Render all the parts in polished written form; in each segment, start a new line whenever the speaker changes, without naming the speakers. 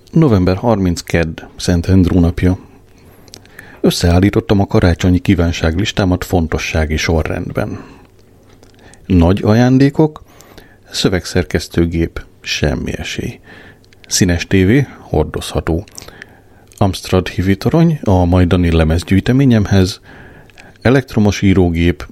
November 30 kedd, Szent Andrew napja. Összeállítottam a karácsonyi kívánságlistámat fontossági sorrendben. Nagy ajándékok, szövegszerkesztőgép, semmi esély. Színes tévé, hordozható. Amstrad hivitorony a majdani lemezgyűjteményemhez, elektromos írógép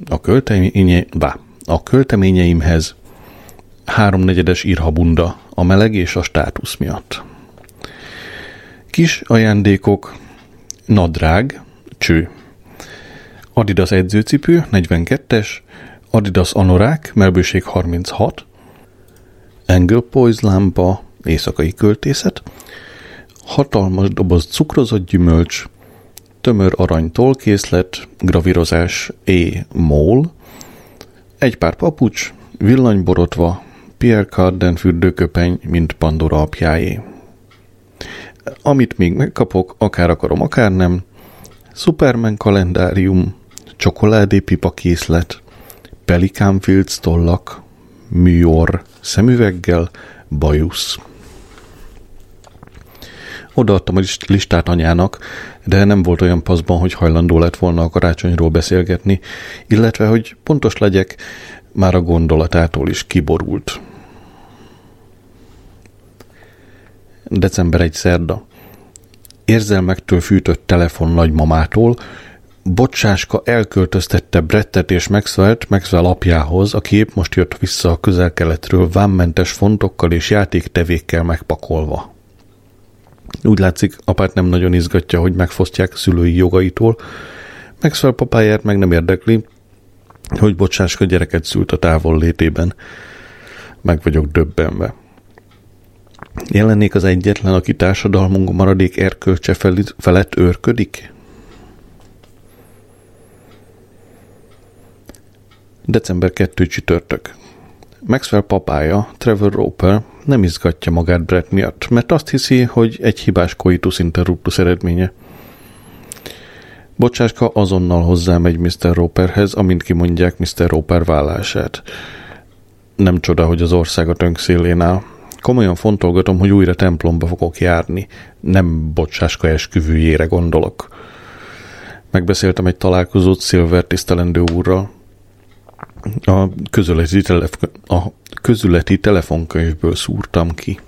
a költeményeimhez, 3/4 írhabunda a meleg és a státusz miatt. Kis ajándékok, nadrág, cső. Adidas edzőcipő, 42-es, Adidas anorák, melbőség 36, Angle Poise lámpa, éjszakai költészet, hatalmas doboz cukrozott gyümölcs, tömör arany tollkészlet, gravírozás E-Mole, egy pár papucs, villanyborotva, Pierre Cardin fürdőköpeny, mint Pandora apjáé. Amit még megkapok, akár akarom, akár nem, Superman kalendárium, csokoládépipa készlet, Pelican Fields tollak, műor szemüveggel, bajusz. Odaadtam a listát anyának, de nem volt olyan paszban, hogy hajlandó lett volna a karácsonyról beszélgetni, illetve, hogy pontos legyek, már a gondolatától is kiborult. December 1 szerda. Érzelmektől fűtött telefon nagymamától, Bocsáska elköltöztette Brettet és Maxwell apjához, aki épp most jött vissza a közel-keletről vámmentes fontokkal és játéktevékkel megpakolva. Úgy látszik, apát nem nagyon izgatja, hogy megfosztják szülői jogaitól, Maxwell papáját meg nem érdekli, hogy Bocsáska gyereket szült a távol létében. Meg vagyok döbbenve. Én lennék az egyetlen, aki társadalmunk maradék erkölcse felett őrködik? December 2 csütörtök. Maxwell papája, Trevor Roper nem izgatja magát Brett miatt, mert azt hiszi, hogy egy hibás coitus interruptus eredménye. Bocsáska azonnal hozzámegy Mr. Roperhez, amint kimondják Mr. Roper vállását. Nem csoda, hogy az ország a tönkszélén áll. Komolyan fontolgatom, hogy újra templomba fogok járni. Nem Bocsáska esküvőjére gondolok. Megbeszéltem egy találkozót Silver tisztelendő úrral. A közületi telefonkönyvből szúrtam ki.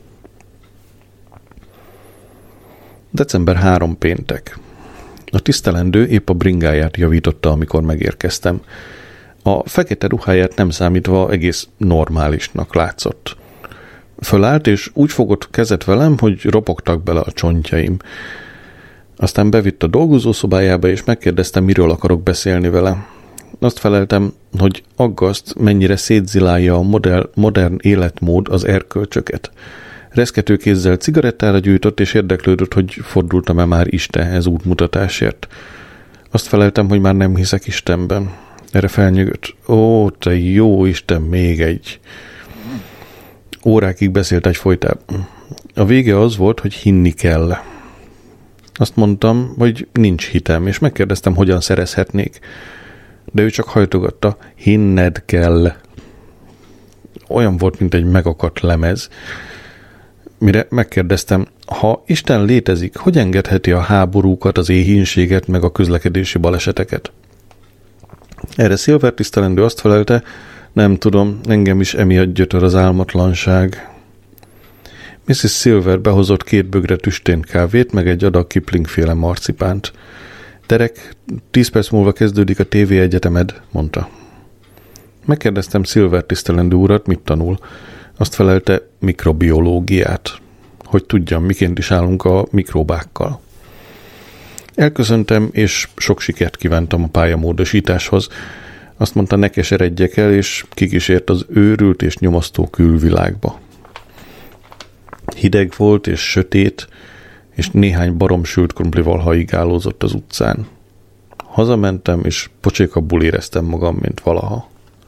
December 3 péntek. A tisztelendő épp a bringáját javította, amikor megérkeztem. A fekete ruháját nem számítva egész normálisnak látszott. Fölállt, és úgy fogott kezet velem, hogy ropogtak bele a csontjaim. Aztán bevitt a dolgozószobájába, és megkérdeztem, miről akarok beszélni vele. Azt feleltem, hogy aggaszt, mennyire szétzilálja a modern életmód az erkölcsöket. Reszkető kézzel cigarettára gyújtott, és érdeklődött, hogy fordultam-e már Istenhez útmutatásért. Azt feleltem, hogy már nem hiszek Istenben. Erre felnyögött. Ó, te jó Isten, még egy. Órákig beszélt egyfolytában. A vége az volt, hogy hinni kell. Azt mondtam, hogy nincs hitem, és megkérdeztem, hogyan szerezhetnék. De ő csak hajtogatta, hinned kell. Olyan volt, mint egy megakadt lemez. Mire megkérdeztem, ha Isten létezik, hogy engedheti a háborúkat, az éhínséget, meg a közlekedési baleseteket? Erre Silver tisztelendő azt felelte, nem tudom, engem is emiatt gyötör az álmatlanság. Mrs. Silver behozott 2 bögre tüstént kávét, meg egy adag Kipling-féle marcipánt. Derek, 10 perc múlva kezdődik a TV egyetemed, mondta. Megkérdeztem Silver tisztelendő urat, mit tanul. Azt felelte, mikrobiológiát. Hogy tudjam, miként is állunk a mikróbákkal. Elköszöntem, és sok sikert kívántam a pályamódosításhoz. Azt mondta, ne keseredjek el, és kikísért az őrült és nyomasztó külvilágba. Hideg volt és sötét, és néhány barom sült krumplival haigálózott az utcán. Hazamentem, és pocsékabbul éreztem magam, mint valaha.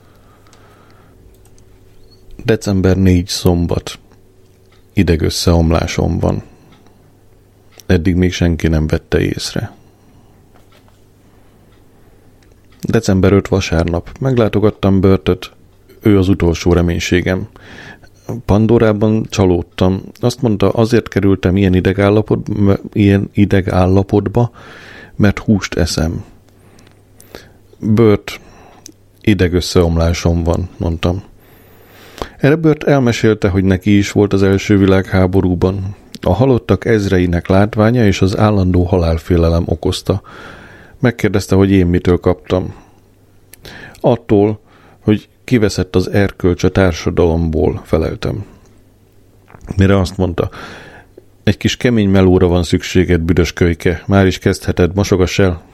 December 4 szombat. Idegösszeomlásom van. Eddig még senki nem vette észre. December 5 vasárnap. Meglátogattam Bertet, ő az utolsó reménységem. Pandorában csalódtam. Azt mondta, azért kerültem ilyen idegállapotba, mert húst eszem. Bert, idegösszeomlásom van, mondtam. Erre Bert elmesélte, hogy neki is volt az első világháborúban. A halottak ezreinek látványa és az állandó halálfélelem okozta. Megkérdezte, hogy én mitől kaptam. Attól, hogy kiveszett az erkölcs a társadalomból, feleltem. Mire azt mondta, egy kis kemény melóra van szükséged, büdös kölyke, már is kezdheted, mosogass el.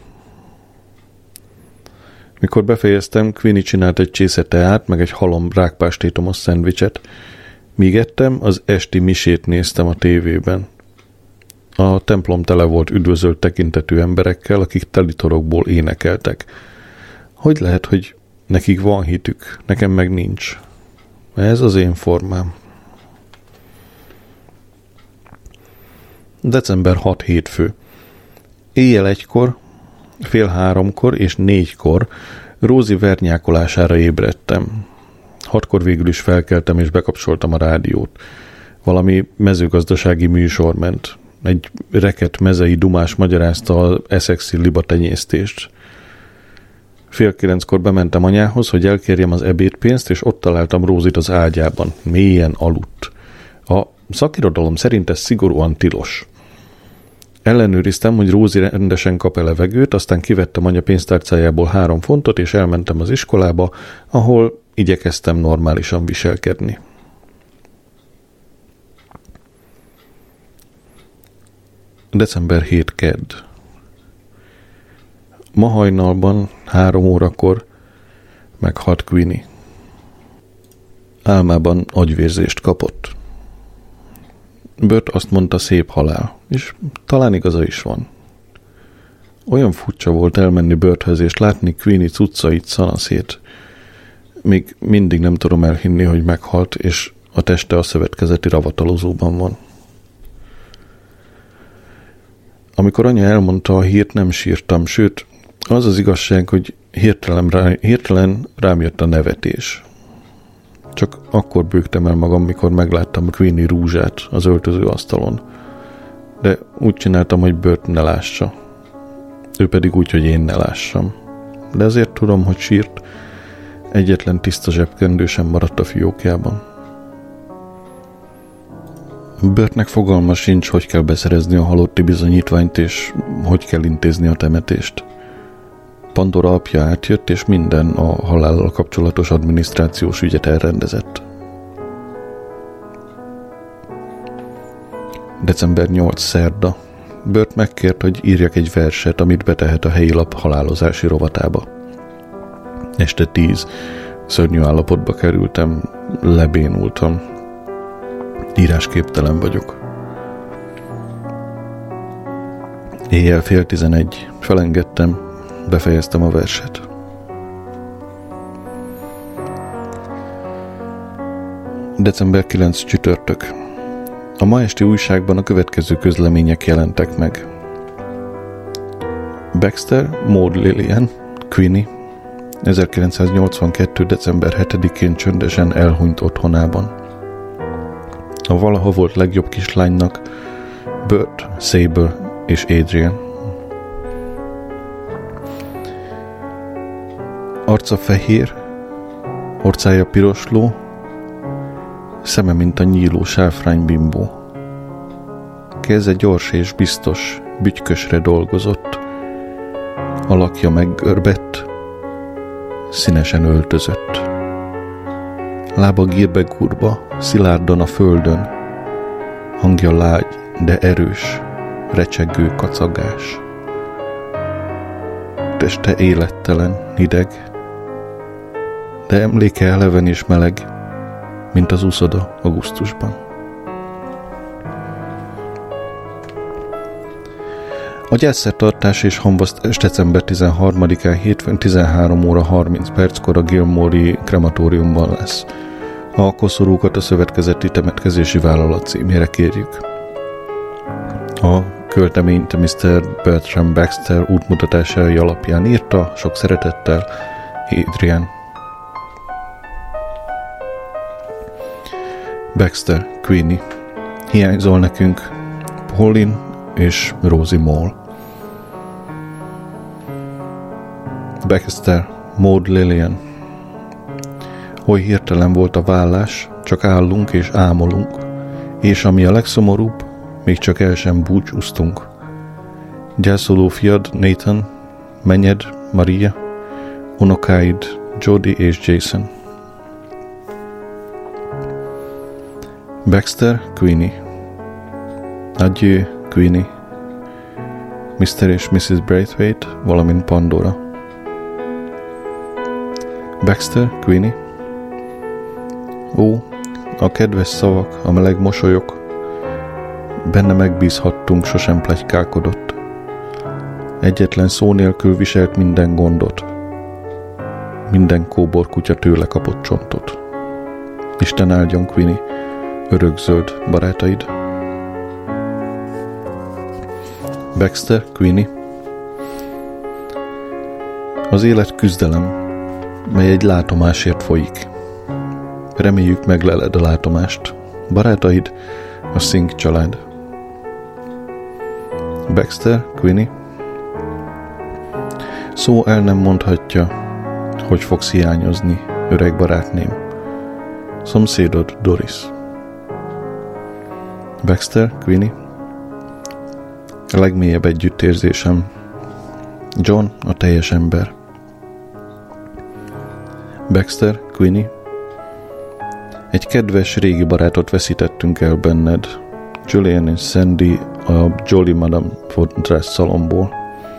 Mikor befejeztem, Queenie csinált egy csésze teát, meg egy halom rákpástétomos szendvicset. Míg ettem, az esti misét néztem a tévében. A templom tele volt üdvözölt tekintetű emberekkel, akik telitorokból énekeltek. Hogy lehet, hogy nekik van hitük, nekem meg nincs? Ez az én formám. December 6 hétfő. Éjjel 1-kor, fél 3-kor és 4-kor Rózi vernyákolására ébredtem. 6-kor végül is felkeltem és bekapcsoltam a rádiót. Valami mezőgazdasági műsor ment. Egy reket mezei dumás magyarázta az Essexi libatenyésztést. Fél 9-kor bementem anyához, hogy elkérjem az ebédpénzt, és ott találtam Rózit az ágyában. Mélyen aludt. A szakirodalom szerint ez szigorúan tilos. Ellenőriztem, hogy Rózi rendesen kap-e levegőt, aztán kivettem anya pénztárcájából 3 fontot, és elmentem az iskolába, ahol igyekeztem normálisan viselkedni. December 7 kedd. Ma hajnalban 3 órakor meghalt Queenie. Álmában agyvérzést kapott. Bert azt mondta, szép halál, és talán igaza is van. Olyan furcsa volt elmenni Berthez, és látni Queenie cuccait, szanaszét. Még mindig nem tudom elhinni, hogy meghalt, és a teste a szövetkezeti ravatalozóban van. Amikor anya elmondta a hírt, nem sírtam, sőt, az az igazság, hogy hirtelen rám jött a nevetés. Csak akkor bőgtem el magam, mikor megláttam Queenie rúzsát az öltözőasztalon. De úgy csináltam, hogy Bert ne lássa. Ő pedig úgy, hogy én ne lássam. De azért tudom, hogy sírt. Egyetlen tiszta zsebkendő sem maradt a fiókjában. Bertnek fogalma sincs, hogy kell beszerezni a halotti bizonyítványt, és hogy kell intézni a temetést. Pandora apja átjött, és minden a halállal kapcsolatos adminisztrációs ügyet elrendezett. December 8 szerda. Bert megkért, hogy írjak egy verset, amit betehet a helyi lap halálozási rovatába. Este 10. Szörnyű állapotba kerültem, lebénultam. Írásképtelen vagyok. Éjjel fél 11. Felengedtem, befejeztem a verset. December 9 csütörtök. A ma esti újságban a következő közlemények jelentek meg. Baxter, Maud Lillian, Queenie, 1982. december 7-én csöndesen elhunyt otthonában. A valaha volt legjobb kislánynak Bert, Sable és Adrian. Arca fehér, orcája pirosló, szeme mint a nyíló sáfránybimbó. Keze gyors és biztos, bütykösre dolgozott, alakja meggörbett, színesen öltözött. Lába gírbe-gurba, szilárdan a földön, hangja lágy, de erős, recsegő kacagás. Teste élettelen, hideg, de emléke eleven és meleg, mint az úszoda augusztusban. A gyászszertartás és hamvasztás december 13-án hétfőn 13 óra 30 perckor a Gilmore-i krematóriumban lesz. A koszorúkat a szövetkezeti temetkezési vállalat címére kérjük. A költeményt Mr. Bertram Baxter útmutatásai alapján írta, sok szeretettel, Adrian. Baxter, Queenie. Hiányzol nekünk, Pauline és Rosie Moll. Baxter, Maud Lillian. Oly hirtelen volt a vállás, csak állunk és ámolunk, és ami a legszomorúbb, még csak el sem búcsúztunk. Gyászoló fiad Nathan, menyed Maria, unokáid Jody és Jason. Baxter, Queenie. Adieu, Queenie. Mr. és Mrs. Braithwaite, valamint Pandora. Baxter, Queenie. Ó, a kedves szavak, a meleg mosolyok, benne megbízhattunk, sosem pletykálkodott. Egyetlen szó nélkül viselt minden gondot. Minden kóborkutya tőle kapott csontot. Isten áldjon, Queenie, örökzöld barátaid. Baxter, Queenie. Az élet küzdelem, mely egy látomásért folyik. Reméljük megleled a látomást. Barátaid, a Sink család. Baxter, Queenie. Szó el nem mondhatja, hogy fogsz hiányozni, öreg barátném. Szomszédod, Doris. Baxter, Queenie. A legmélyebb együttérzésem. John, a teljes ember. Baxter, Queenie. Egy kedves régi barátot veszítettünk el benned, Julian és Sandy a Jolly Madame Fortress szalomból.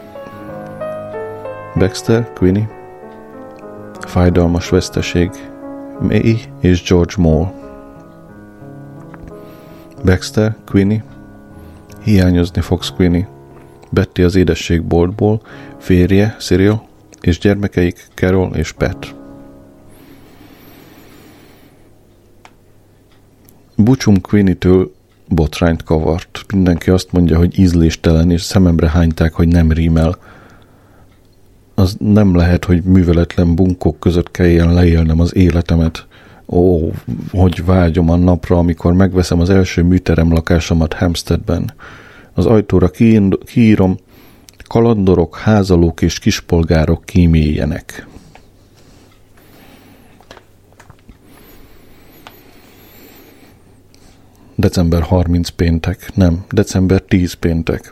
Baxter, Queenie. Fájdalmas veszteség, May és George Moore. Baxter, Queenie. Hiányozni fogsz, Queenie. Betty az édességboltból, férje, Cyril, és gyermekeik Carol és Pat. Búcsum Queenie-től botrányt kavart. Mindenki azt mondja, hogy ízléstelen, és szememre hányták, hogy nem rímel. Az nem lehet, hogy műveletlen bunkók között kelljen leélnem az életemet. Ó, hogy vágyom a napra, amikor megveszem az első műterem lakásomat Hampsteadben. Az ajtóra kiírom, kalandorok, házalók és kispolgárok kíméljenek. December 30 péntek, nem, december 10 péntek.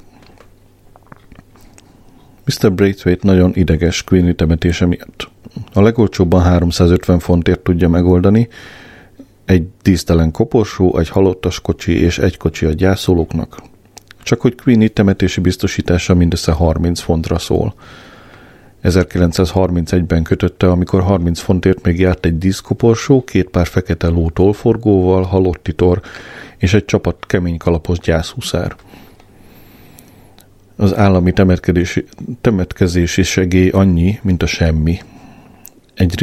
Mr. Braithwaite nagyon ideges Queenie temetése miatt. A legolcsóbban 350 fontért tudja megoldani, egy dísztelen koporsó, egy halottas kocsi és egy kocsi a gyászolóknak. Csak hogy Queenie temetési biztosítása mindössze 30 fontra szól. 1931-ben kötötte, amikor 30 fontért még járt egy díszkoporsó, 2 pár fekete ló tollforgóval, halott tor és egy csapat kemény kalapos gyászhuszár. Az állami temetkezési segély annyi, mint a semmi. Egy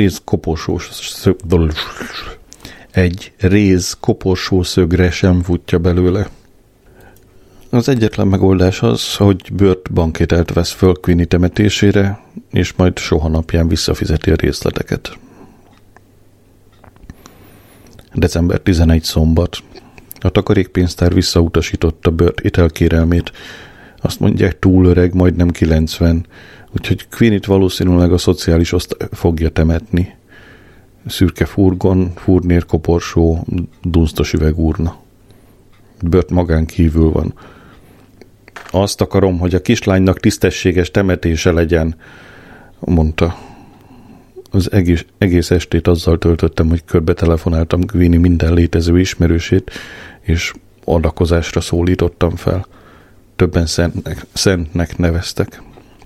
réz koporsó szögre sem futja belőle. Az egyetlen megoldás az, hogy Burt bankételt vesz föl Queenie temetésére, és majd soha napján visszafizeti a részleteket. December 11 szombat. A takarékpénztár visszautasította Burt ételkérelmét. Azt mondják, túl öreg, majdnem 90, úgyhogy Queenie-t valószínűleg a szociális osztály fogja temetni. Szürke furgon, furnér koporsó, dunsztos üvegurna. Burt magán kívül van. Azt akarom, hogy a kislánynak tisztességes temetése legyen, mondta. Az egész estét azzal töltöttem, hogy körbe telefonáltam Queenie minden létező ismerősét, és adakozásra szólítottam fel. Többen szentnek neveztek.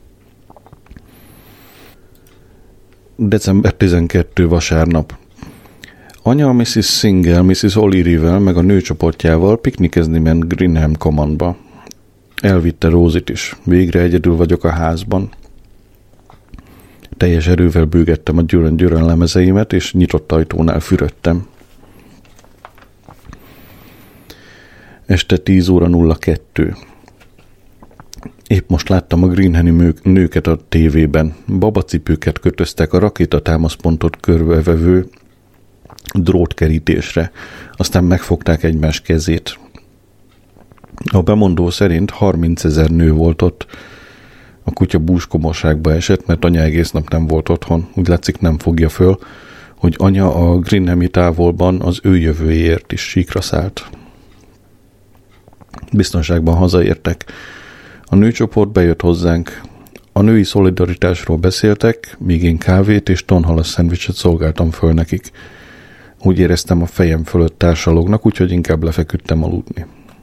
December 12 vasárnap. Anya Mrs. Single, Mrs. O'Leary-vel meg a nőcsoportjával piknikezni ment Greenham Commonba. Elvitte Rosie-t is. Végre egyedül vagyok a házban. Teljes erővel bőgettem a Duran lemezeimet, és nyitott ajtónál fürödtem. Este 10 óra 02. Épp most láttam a Greenham-i nőket a tévében. Babacipőket kötöztek a rakétatámaszpontot körbevevő drótkerítésre, aztán megfogták egymás kezét. A bemondó szerint 30 000 nő volt ott. A kutya búskomorságba esett, mert anya egész nap nem volt otthon. Úgy látszik, nem fogja föl, hogy anya a Greenhami távolban az ő jövőjéért is síkra szállt. Biztonságban hazaértek. A nőcsoport bejött hozzánk. A női szolidaritásról beszéltek, míg én kávét és tonhalas szendvicset szolgáltam föl nekik. Úgy éreztem, a fejem fölött társalognak, úgyhogy inkább lefeküdtem aludni.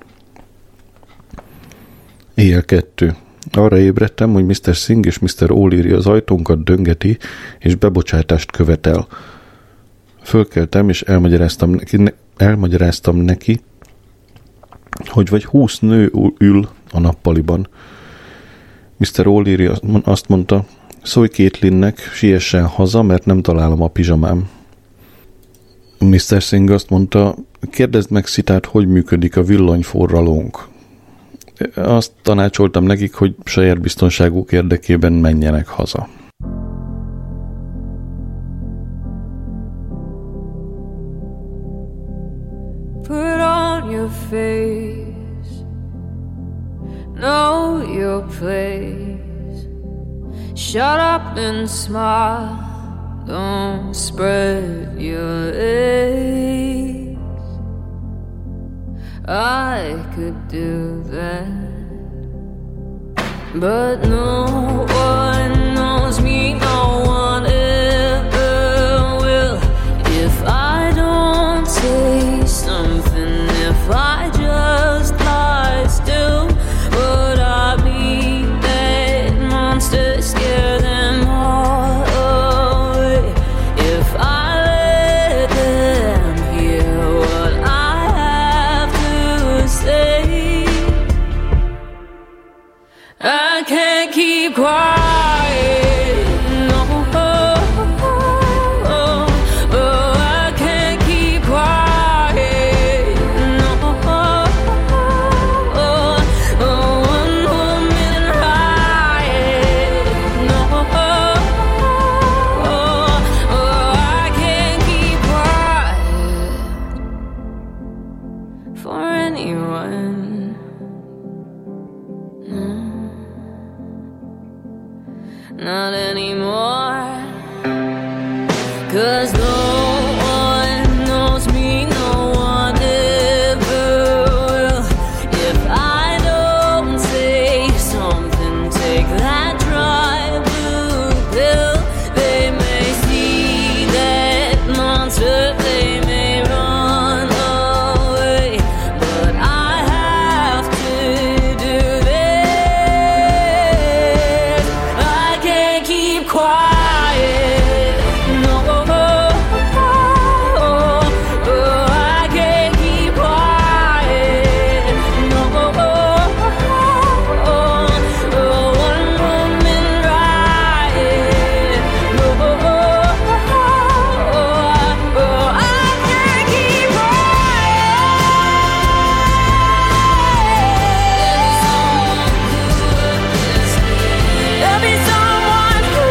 Éjjel 2. Arra ébredtem, hogy Mr. Singh és Mr. O'Leary az ajtónkat döngeti, és bebocsátást követel. Fölkeltem, és elmagyaráztam neki, hogy vagy 20 nő ül a nappaliban. Mr. O'Leary azt mondta, szólj Caitlinnek, siessen haza, mert nem találom a pizsamám. Mr. Singh azt mondta, kérdezd meg Szitát, hogy működik a villanyforralónk. Azt tanácsoltam nekik, hogy saját biztonságuk érdekében menjenek haza.
Put on your face, know your place, shut up and smile, don't spread your legs. I could do that, but no one knows me, no one ever will. If I don't say something, if I just lie still, would I be that monster, scare them all away? If I let them hear what I have to say, I can't keep quiet, no, I can't keep quiet, no, one woman riot, no, I can't keep quiet for anyone, no. Not anymore, 'cause no one knows me, no one ever will. If I don't say something, take that dry blue pill, they may see that monster, they may run away, but I have to do this. I can't keep quiet, no, I can't keep quiet, no, one woman riot, no, I can't keep quiet. There'll be someone who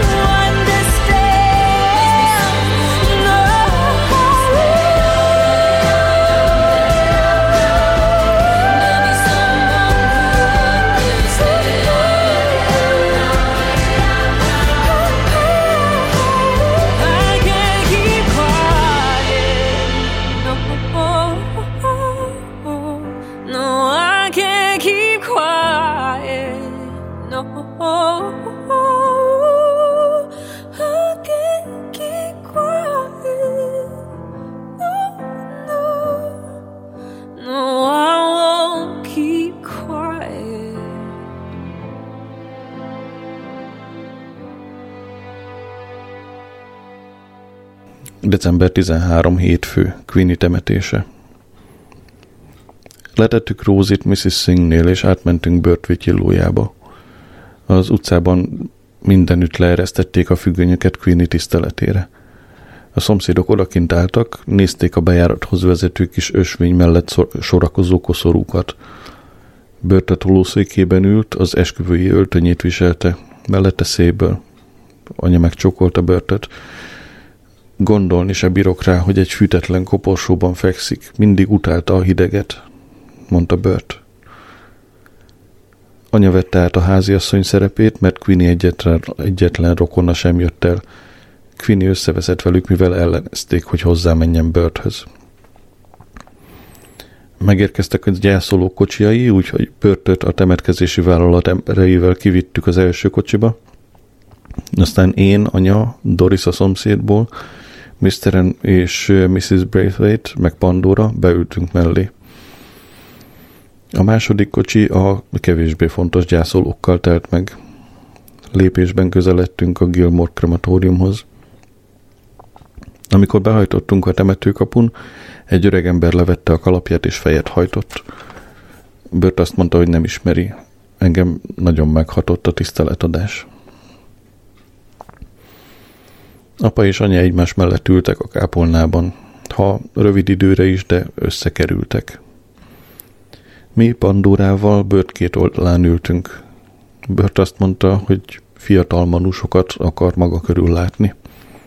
understands. No. There'll be someone who understands. I can't keep quiet. No, I can't keep quiet. No, I can't keep quiet. No, I won't keep quiet.
December 13. hétfő, Queenie temetése. Letettük Rosie-t Mrs. Singhnél, és átmentünk Börtvittyillójába. Az utcában mindenütt leeresztették a függönyöket Queenie tiszteletére. A szomszédok odakint álltak, nézték a bejárathoz vezető kis ösvény mellett sorakozó koszorúkat. Bört a tolószékében ült, az esküvői öltönyét viselte, mellette széből. Anya megcsókolta Börtöt. Gondolni se bírok rá, hogy egy fűtetlen koporsóban fekszik. Mindig utálta a hideget, mondta Bert. Anya vette át a háziasszony szerepét, mert Queenie egyetlen rokona sem jött el. Queenie összeveszett velük, mivel ellenezték, hogy hozzámenjen Berthöz. Megérkeztek a gyászolók kocsiai, úgyhogy Bertet a temetkezési vállalat embereivel kivittük az első kocsiba. Aztán én, anya, Doris a szomszédból, Mr. és Mrs. Braithwaite, meg Pandora beültünk mellé. A második kocsi a kevésbé fontos gyászolókkal telt meg. Lépésben közeledtünk a Gilmore krematóriumhoz. Amikor behajtottunk a temetőkapun, egy öreg ember levette a kalapját és fejet hajtott. Bert azt mondta, hogy nem ismeri. Engem nagyon meghatott a tiszteletadás. Apa és anya egymás mellett ültek a kápolnában, ha rövid időre is, de összekerültek. Mi Pandorával Bert két oldalán ültünk. Bert azt mondta, hogy fiatal manusokat akar maga körül látni.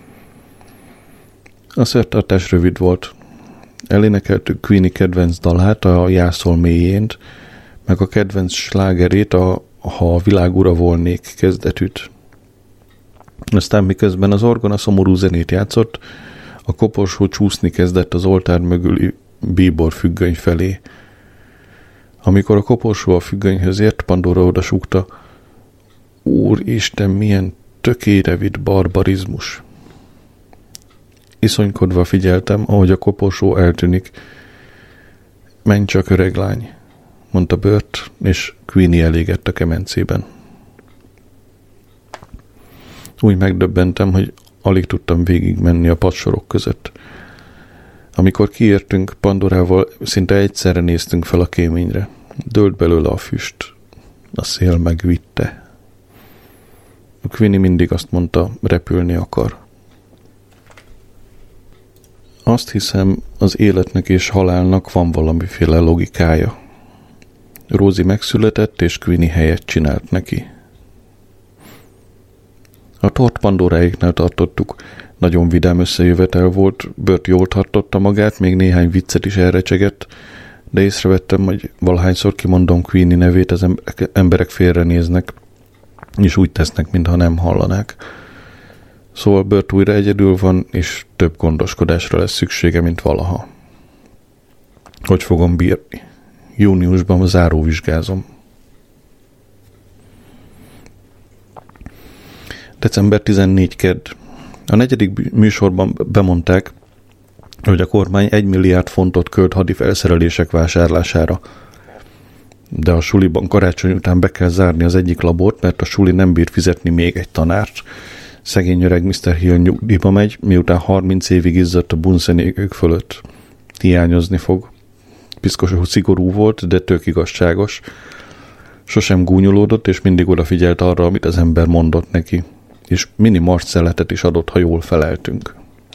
A szertartás rövid volt. Elénekeltük Queenie kedvenc dalát, a Jászol mélyént, meg a kedvenc slágerét, Ha a világ ura volnék kezdetűt. Aztán miközben az orgona szomorú zenét játszott, a koporsó csúszni kezdett az oltár mögüli bíbor függöny felé. Amikor a koporsó a függönyhöz ért, Pandora odasúgta: Úristen, milyen tökére vitt barbarizmus! Iszonykodva figyeltem, ahogy a koporsó eltűnik. Menj csak, öreg lány, mondta Bert, és Queenie elégett a kemencében. Úgy megdöbbentem, hogy alig tudtam végigmenni a padsorok között. Amikor kiértünk, Pandorával szinte egyszerre néztünk fel a kéményre. Dőlt belőle a füst. A szél megvitte. A Queenie mindig azt mondta, repülni akar. Azt hiszem, az életnek és halálnak van valamiféle logikája. Rosie megszületett, és Queenie helyet csinált neki. A tort Pandoráéknál tartottuk. Nagyon vidám összejövetel volt, Bert jól tartotta magát, még néhány viccet is elrecsegett, de észrevettem, hogy valahányszor kimondom Queenie nevét, az emberek félrenéznek, és úgy tesznek, mintha nem hallanák. Szóval Bert újra egyedül van, és több gondoskodásra lesz szüksége, mint valaha. Hogy fogom bírni? Júniusban záróvizsgázom. December 14 kedd. A 4. műsorban bemondták, hogy a kormány 1 milliárd fontot költ hadi felszerelések vásárlására. De a suliban karácsony után be kell zárni az egyik labort, mert a suli nem bír fizetni még egy tanárt. Szegény öreg Mr. Hill nyugdíjba megy, miután 30 évig izzadt a bunszenékök fölött. Hiányozni fog. Piszkos szigorú volt, de tök igazságos. Sosem gúnyolódott, és mindig odafigyelt arra, amit az ember mondott neki. És mini marcszeletet is adott, ha jól feleltünk.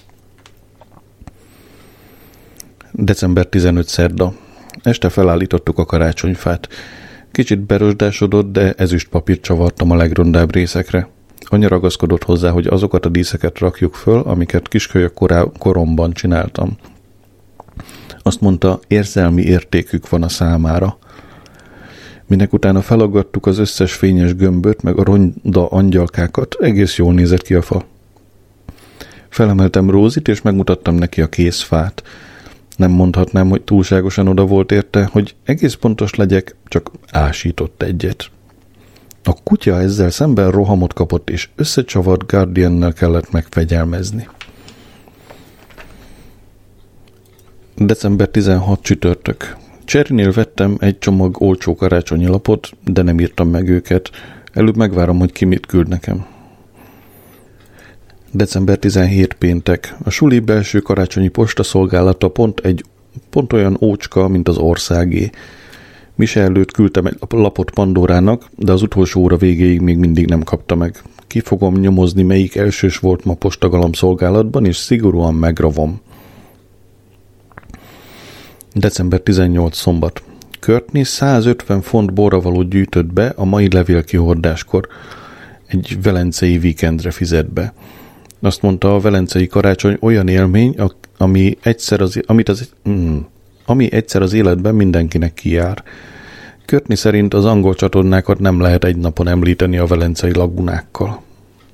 December 15 szerda. Este felállítottuk a karácsonyfát. Kicsit berosdásodott, de ezüstpapírt csavartam a legrondább részekre. Anya ragaszkodott hozzá, hogy azokat a díszeket rakjuk föl, amiket kiskölyök koromban csináltam. Azt mondta, érzelmi értékük van a számára. Minek utána felaggattuk az összes fényes gömböt, meg a ronda angyalkákat, egész jól nézett ki a fa. Felemeltem Rózit, és megmutattam neki a készfát. Nem mondhatnám, hogy túlságosan oda volt érte, hogy egész pontos legyek, csak ásított egyet. A kutya ezzel szemben rohamot kapott, és összecsavart Guardiannel kellett megfegyelmezni. December 16 csütörtök. Csernél vettem egy csomag olcsó karácsonyi lapot, de nem írtam meg őket. Előbb megvárom, hogy ki mit küld nekem. December 17 péntek. A suli belső karácsonyi postaszolgálata pont olyan ócska, mint az országé. Mise előtt küldtem egy lapot Pandorának, de az utolsó óra végéig még mindig nem kapta meg. Ki fogom nyomozni, melyik elsős volt ma postagalam szolgálatban, és szigorúan megravom. December 18 szombat. Courtney 150 font borravalót gyűjtött be a mai levélkihordáskor. Egy velencei víkendre fizet be. Azt mondta, a velencei karácsony olyan élmény, ami egyszer az életben mindenkinek kijár. Courtney szerint az angol csatornákat nem lehet egy napon említeni a velencei lagunákkal.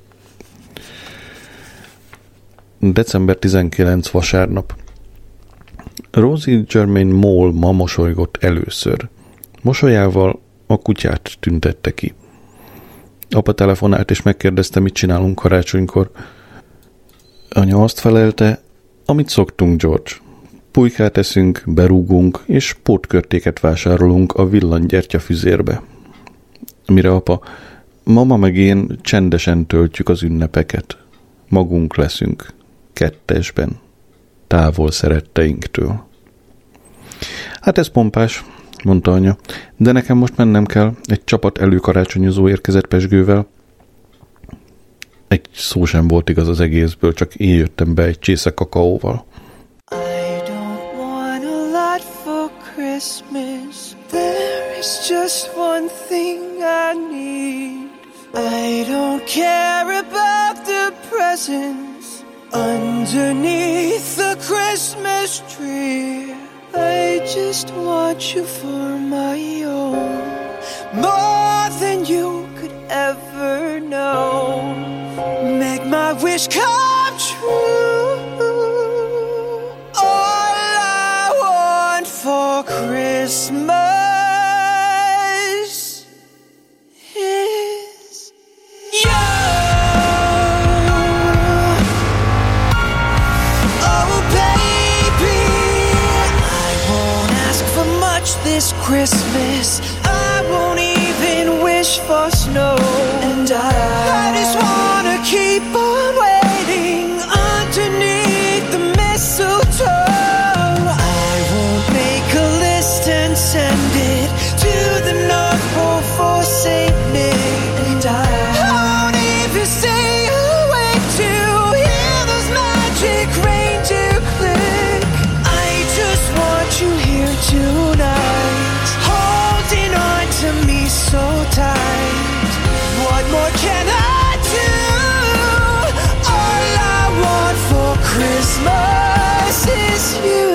December 19. vasárnap. Rosie Germain Mole ma mosolygott először. Mosolyával a kutyát tüntette ki. Apa telefonált és megkérdezte, mit csinálunk karácsonykor. Anya azt felelte, amit szoktunk, George. Pulykát eszünk, berúgunk, és pótkörtéket vásárolunk a villanygyertyafüzérbe. Mire apa, mama meg én csendesen töltjük az ünnepeket. Magunk leszünk, kettesben, távol szeretteinktől. Hát ez pompás, mondta anya, de nekem most mennem kell, egy csapat előkarácsonyozó érkezett pezsgővel. Egy szó sem volt igaz az egészből, csak én jöttem be egy csésze kakaóval.
I don't want a lot for Christmas. There is just one thing I need. I don't care about the presents underneath the Christmas tree. I just want you for my own, more than you could ever know. Make my wish come true. All I want for Christmas is you. Oh baby, I won't ask for much this Christmas. I won't even wish for snow. And I just wanna keep on waiting underneath the mistletoe. I won't make a list and send it to the North Pole for Saint Nick. And I won't even stay awake to hear those magic reindeer click. I just want you here tonight, holding on to me so tight. What more can I do? All I want for Christmas is you.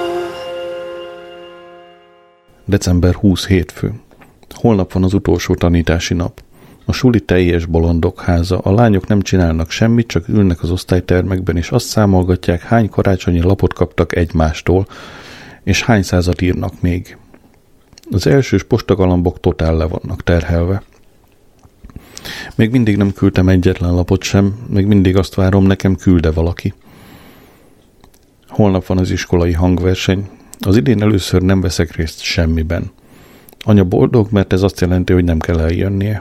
December 20 hétfő. Holnap van az utolsó tanítási nap. A suli teljes bolondok háza, a lányok nem csinálnak semmit, csak ülnek az osztálytermekben, és azt számolgatják, hány karácsonyi lapot kaptak egymástól, és hány százat írnak még. Az elsős postagalambok totál le vannak terhelve. Még mindig nem küldtem egyetlen lapot sem, még mindig azt várom, nekem külde valaki. Holnap van az iskolai hangverseny. Az idén először nem veszek részt semmiben. Anya boldog, mert ez azt jelenti, hogy nem kell eljönnie.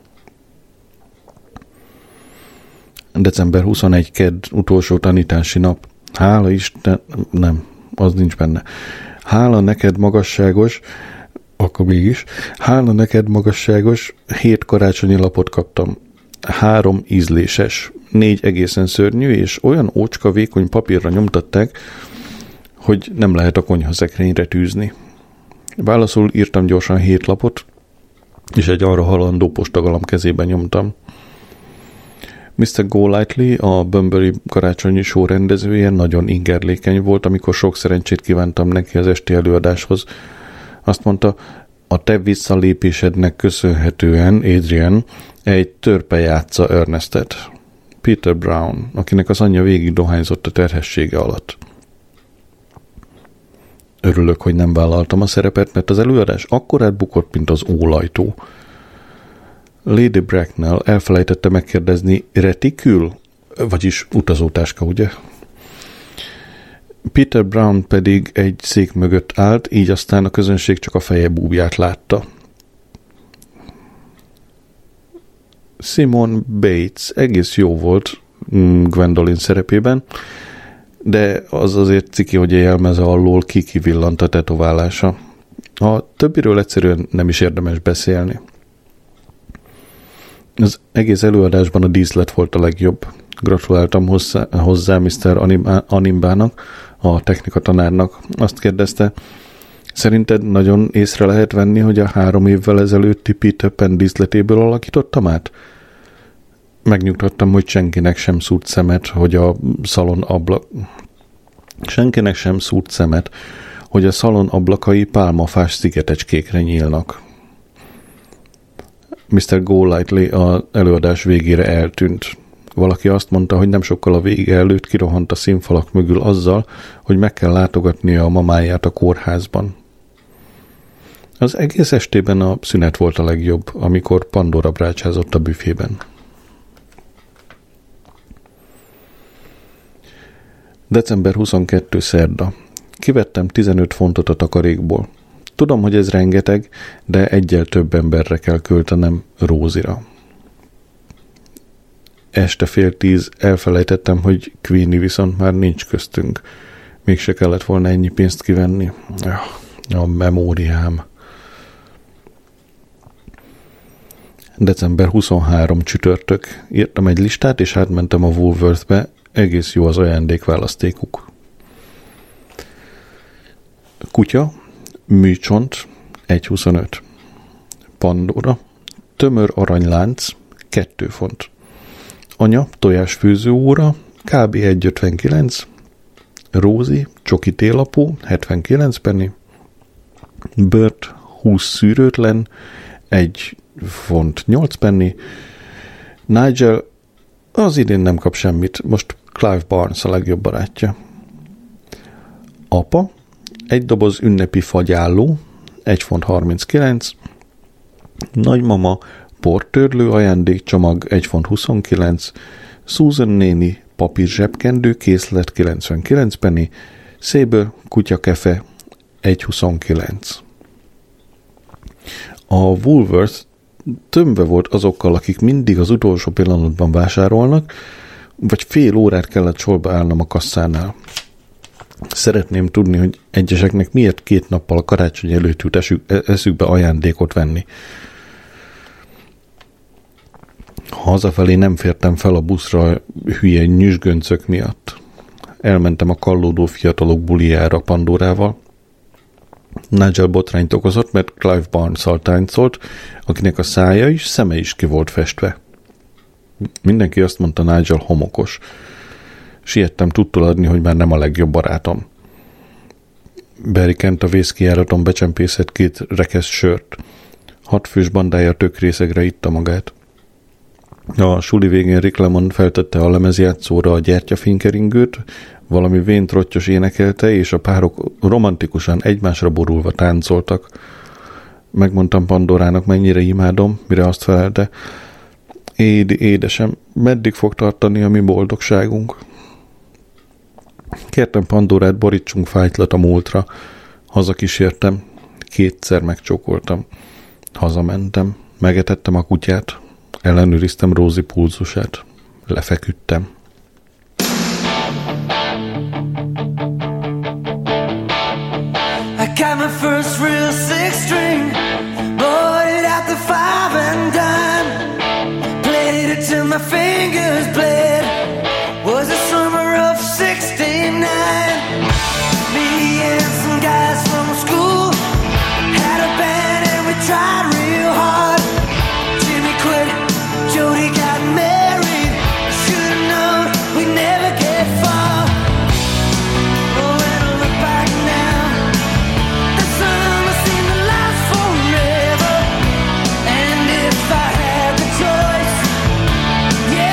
December 21 kedd, utolsó tanítási nap. Hála Isten, nem, az nincs benne. Hála neked magasságos, akkor mégis. Hála neked magasságos, 7 karácsonyi lapot kaptam. 3 ízléses, 4 egészen szörnyű, és olyan ócska vékony papírra nyomtatták, hogy nem lehet a konyhaszekrényre tűzni. Válaszul írtam gyorsan 7 lapot, és egy arra halandó postagalamb kezében nyomtam. Mr. Golightly, a Bunbury karácsonyi show rendezője, nagyon ingerlékeny volt, amikor sok szerencsét kívántam neki az esti előadáshoz. Azt mondta, a te visszalépésednek köszönhetően Adrian egy törpe játsza Ernestet. Peter Brown, akinek az anyja végig dohányzott a terhessége alatt. Örülök, hogy nem vállaltam a szerepet, mert az előadás akkorát bukott, mint az ólajtó. Lady Bracknell elfelejtette megkérdezni, retikül? Vagyis utazótáska, ugye? Peter Brown pedig egy szék mögött állt, így aztán a közönség csak a feje búbját látta. Simone Bates egész jó volt Gwendolyn szerepében, de az azért ciki, hogy a jelmeze alól kivillant a tetoválása. A többiről egyszerűen nem is érdemes beszélni. Az egész előadásban a díszlet volt a legjobb. Gratuláltam hozzá Mr. Animbának, a technika tanárnak. Azt kérdezte, szerinted nagyon észre lehet venni, hogy a 3 évvel ezelőtti Peter Pan díszletéből alakítottam át? megnyugtattam, hogy senkinek sem szúrt szemet, hogy a szalon ablakai pálmafás szigetecskékre nyílnak. Mr. Golightly az előadás végére eltűnt. Valaki azt mondta, hogy nem sokkal a vége előtt kirohant a színfalak mögül azzal, hogy meg kell látogatnia a mamáját a kórházban. Az egész estében a szünet volt a legjobb, amikor Pandora brácsázott a büfében. December 22. szerda. Kivettem 15 fontot a takarékból. Tudom, hogy ez rengeteg, de egyel több emberre kell költenem Rózira. Este 9:30 elfelejtettem, hogy Queenie viszont már nincs köztünk. Mégse kellett volna ennyi pénzt kivenni. A memóriám. December 23. csütörtök. Írtam egy listát, és átmentem a Woolworthbe. Egész jó az ajándékválasztékuk. Kutya, műcsont, 1,25. Pandora, tömör aranylánc, 2 font. Anya, tojásfőzőóra, kb. 1,59. Rózi, csoki télapó, 79 penny. Bört, 20 szűrőtlen, 1 font 8 penny. Nigel, az idén nem kap semmit, most Clive Barnes a legjobb barátja. Apa, 1 doboz ünnepi fagyálló, 1 font 39. Nagymama, portörlő ajándékcsomag, 1 font 29. Susan néni, papír zsebkendő, készlet, 99 penny. Széből, kutyakefe, 1,29. A Woolworth tömve volt azokkal, akik mindig az utolsó pillanatban vásárolnak, vagy fél órát kellett sorba állnom a kasszánál. Szeretném tudni, hogy egyeseknek miért 2 nappal a karácsony előtt jut eszükbe ajándékot venni. Hazafelé nem fértem fel a buszra hülye nyüzsgöncök miatt. Elmentem a kallódó fiatalok bulijára Pandorával. Nigel botrányt okozott, mert Clive Barnes-szal táncolt, akinek a szája is, szeme is ki volt festve. Mindenki azt mondta, Nigel homokos. Siettem tudtul adni, hogy már nem a legjobb barátom. Barry Kent a vészkijáraton becsempészett 2 rekesz sört. 6 fős bandája tök részegre itta magát. A suli végén Rick Lemon feltette a lemezjátszóra a gyertyafénykeringőt, valami véntrottyos énekelte, és a párok romantikusan egymásra borulva táncoltak. Megmondtam Pandorának, mennyire imádom, mire azt felelte: édesem, meddig fog tartani a mi boldogságunk? Kértem Pandorát, borítsunk fájtlat a múltra. Hazakísértem, 2-szer megcsókoltam. Hazamentem, megetettem a kutyát, ellenőriztem Rózi pulzusát, lefeküdtem.
I got my first real 6-string, bought it at the 5 and dime, played it till my fingers bled. Was the summer of '69. Me and some guys from school had a band and we tried real hard. Jimmy quit, Jody got married. Should've known we'd never get far. Oh, when I look back now, that summer seemed to last forever. And if I had the choice, yeah,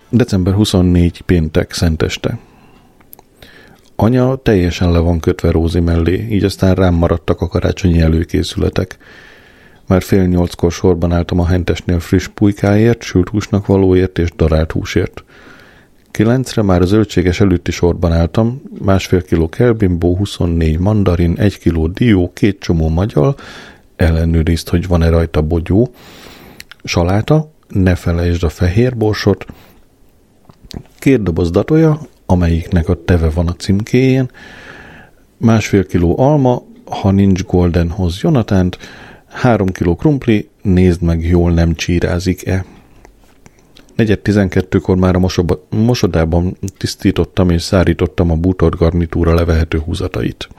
December 24 péntek szenteste. Anya teljesen le van kötve Rózi mellé, így aztán rám maradtak a karácsonyi előkészületek. Már 7:30-kor sorban álltam a hentesnél friss pulykáért, sült húsnak valóért és darált húsért. 9-re már a zöldséges előtti sorban álltam, 1,5 kiló kelbimbó, 24 mandarin, 1 kiló dió, 2 csomó magyal, ellenőrizd, hogy van-e rajta bogyó, saláta, ne felejtsd a fehér borsot, 2 doboz datoja, amelyiknek a teve van a címkéjén, 1,5 kiló alma, ha nincs golden, hoz Jonatánt, 3 kiló krumpli, nézd meg, jól nem csírázik-e. 4:12-kor már a mosodában tisztítottam és szárítottam a bútor garnitúra levehető húzatait.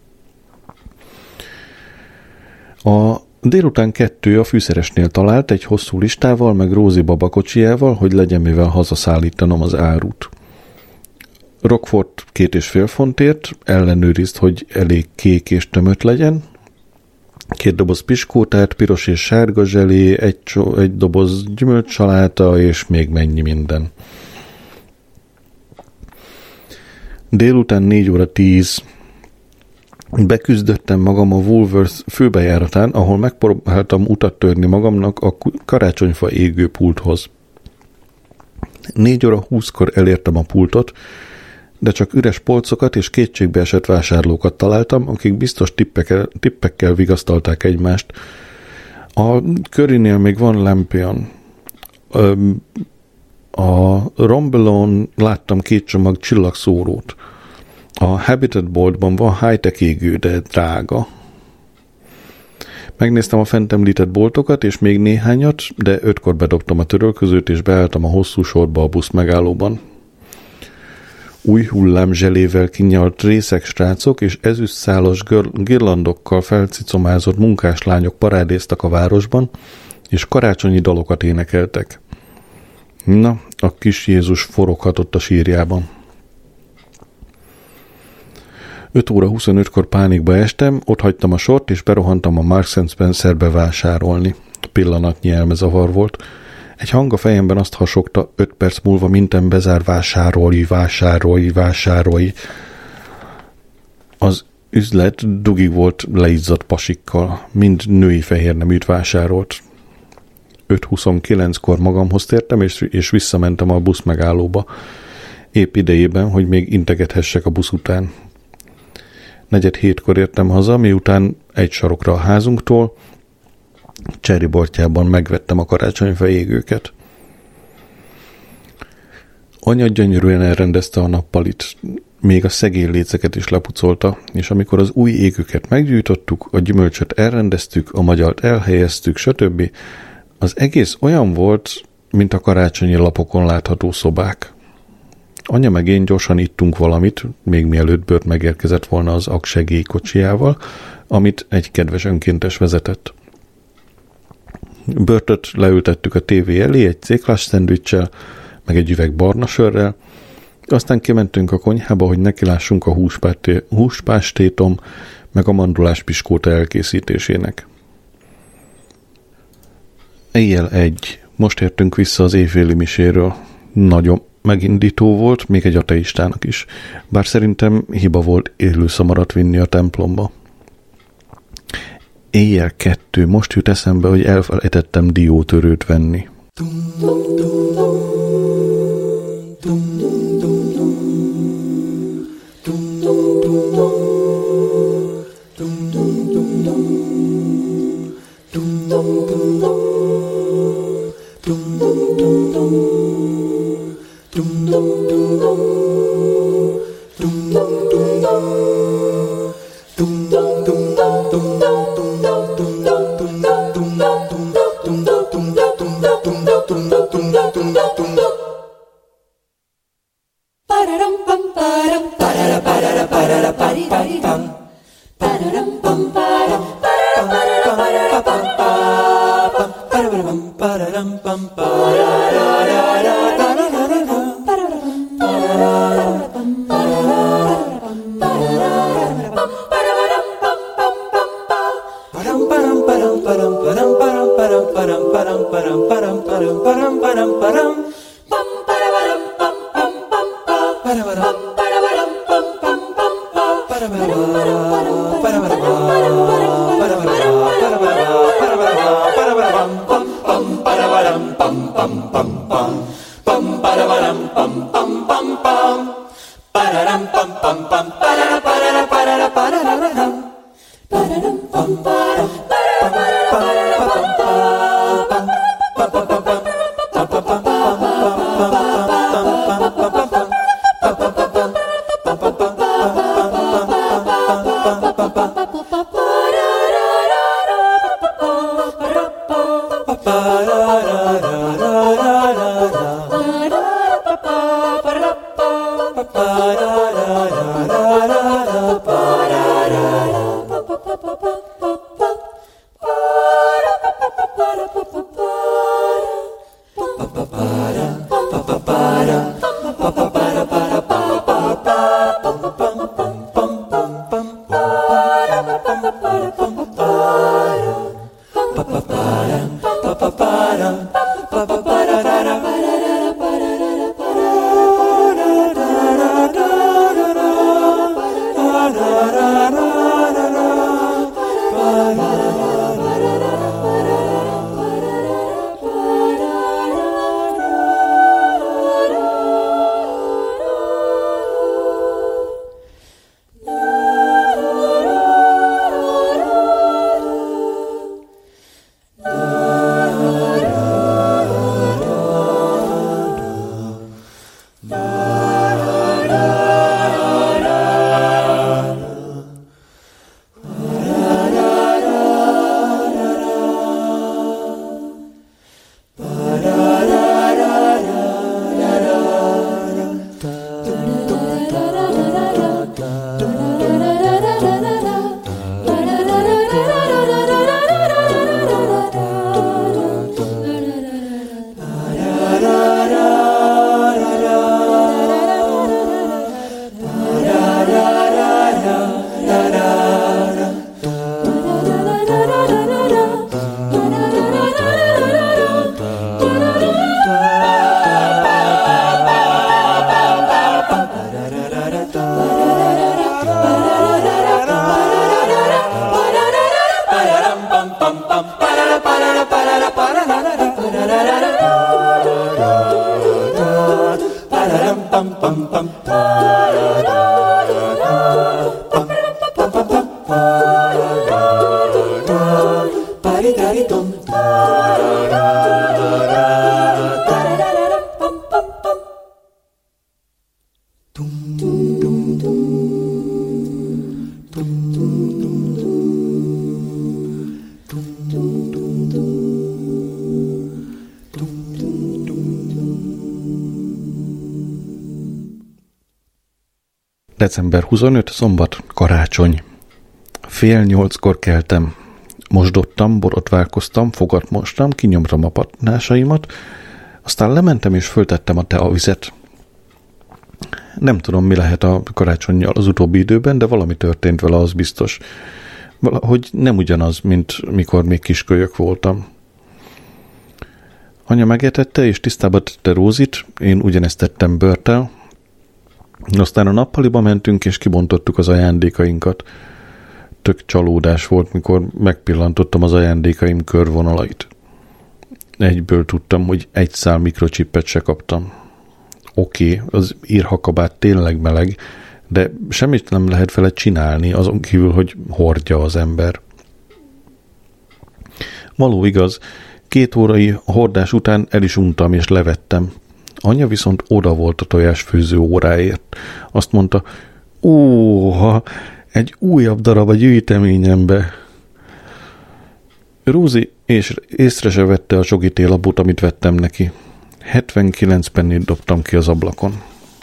A délután 2 a fűszeresnél talált egy hosszú listával, meg Rózi baba kocsijával, hogy legyen mivel hazaszállítanom az árut. Rockfort 2,5 fontért, ellenőrizd, hogy elég kék és tömött legyen, 2 doboz piskótát, piros és sárga zselé, egy doboz gyümölcsaláta, és még mennyi minden. Délután 4:10 beküzdöttem magam a Woolworth főbejáratán, ahol megpróbáltam utat törni magamnak a karácsonyfa égő pulthoz. 4:20-kor elértem a pultot, de csak üres polcokat és kétségbeesett vásárlókat találtam, akik biztos tippekkel vigasztalták egymást. A Currynél még van Lampion. A Rombelon láttam 2 csomag csillagszórót. A Habitat boltban van high-tech égő, de drága. Megnéztem a fent említett boltokat, és még néhányat, de 5-kor bedobtam a törölközőt, és beálltam a hosszú sorba a busz megállóban. Új hullámzselével kinyalt részek srácok és ezüstszálas girlandokkal felcicomázott munkáslányok parádéztak a városban, és karácsonyi dalokat énekeltek. Na, a kis Jézus foroghatott a sírjában. 5:25-kor pánikba estem, ott hagytam a sort, és berohantam a Marks & Spencerbe vásárolni. Pillanatnyi elmezavar volt. Egy hang a fejemben azt hasogta, 5 perc múlva minden bezár, vásárolj. Az üzlet dugig volt leizzadt pasikkal, mind női fehérneműt vásárolt. 5:29-kor magamhoz tértem, és visszamentem a busz megállóba. Épp idejében, hogy még integethessek a busz után. 4:07-kor értem haza, miután egy sarokra a házunktól, cserribortjában megvettem a karácsonyfa égőket. Anya gyönyörűen elrendezte a nappalit, még a szegélyléceket is lepucolta, és amikor az új égőket meggyújtottuk, a gyümölcsöt elrendeztük, a magyalt elhelyeztük, stb., az egész olyan volt, mint a karácsonyi lapokon látható szobák. Anya meg én gyorsan ittunk valamit, még mielőtt Bört megérkezett volna az aksegély kocsijával, amit egy kedves önkéntes vezetett. Börtöt leültettük a tévé elé egy céklás szendvicssel, meg egy üveg barna sörrel, aztán kimentünk a konyhába, hogy nekilássunk a húspástétom, meg a mandulás piskóta elkészítésének. Éjjel 1. Most értünk vissza az éjféli miséről. Nagyon megindító volt, még egy ateistának is, bár szerintem hiba volt élőszamarat vinni a templomba. Éjjel 2. Most jut eszembe, hogy elfelejtettem diótörőt venni. December 25, szombat, karácsony. 7:30 keltem. Mosdottam, borotválkoztam, fogat mostam, kinyomtam a patnásaimat, aztán lementem és föltettem a teavizet. Nem tudom, mi lehet a karácsonnyal az utóbbi időben, de valami történt vele, az biztos. Valahogy nem ugyanaz, mint mikor még kiskölyök voltam. Anya megetette és tisztába tette Rózit, én ugyanezt tettem Börttel. Aztán a nappaliba mentünk, és kibontottuk az ajándékainkat. Tök csalódás volt, mikor megpillantottam az ajándékaim körvonalait. Egyből tudtam, hogy egy szál mikrochippet se kaptam. Oké, az írhakabát tényleg meleg, de semmit nem lehet vele csinálni, azon kívül, hogy hordja az ember. Való igaz, 2 órai hordás után el is untam és levettem. Anya viszont oda volt a tojásfőző óráért. Azt mondta, egy újabb darab a gyűjteményembe. Rózi és észre se vette a csokitélabút, amit vettem neki. 79 pennit dobtam ki az ablakon.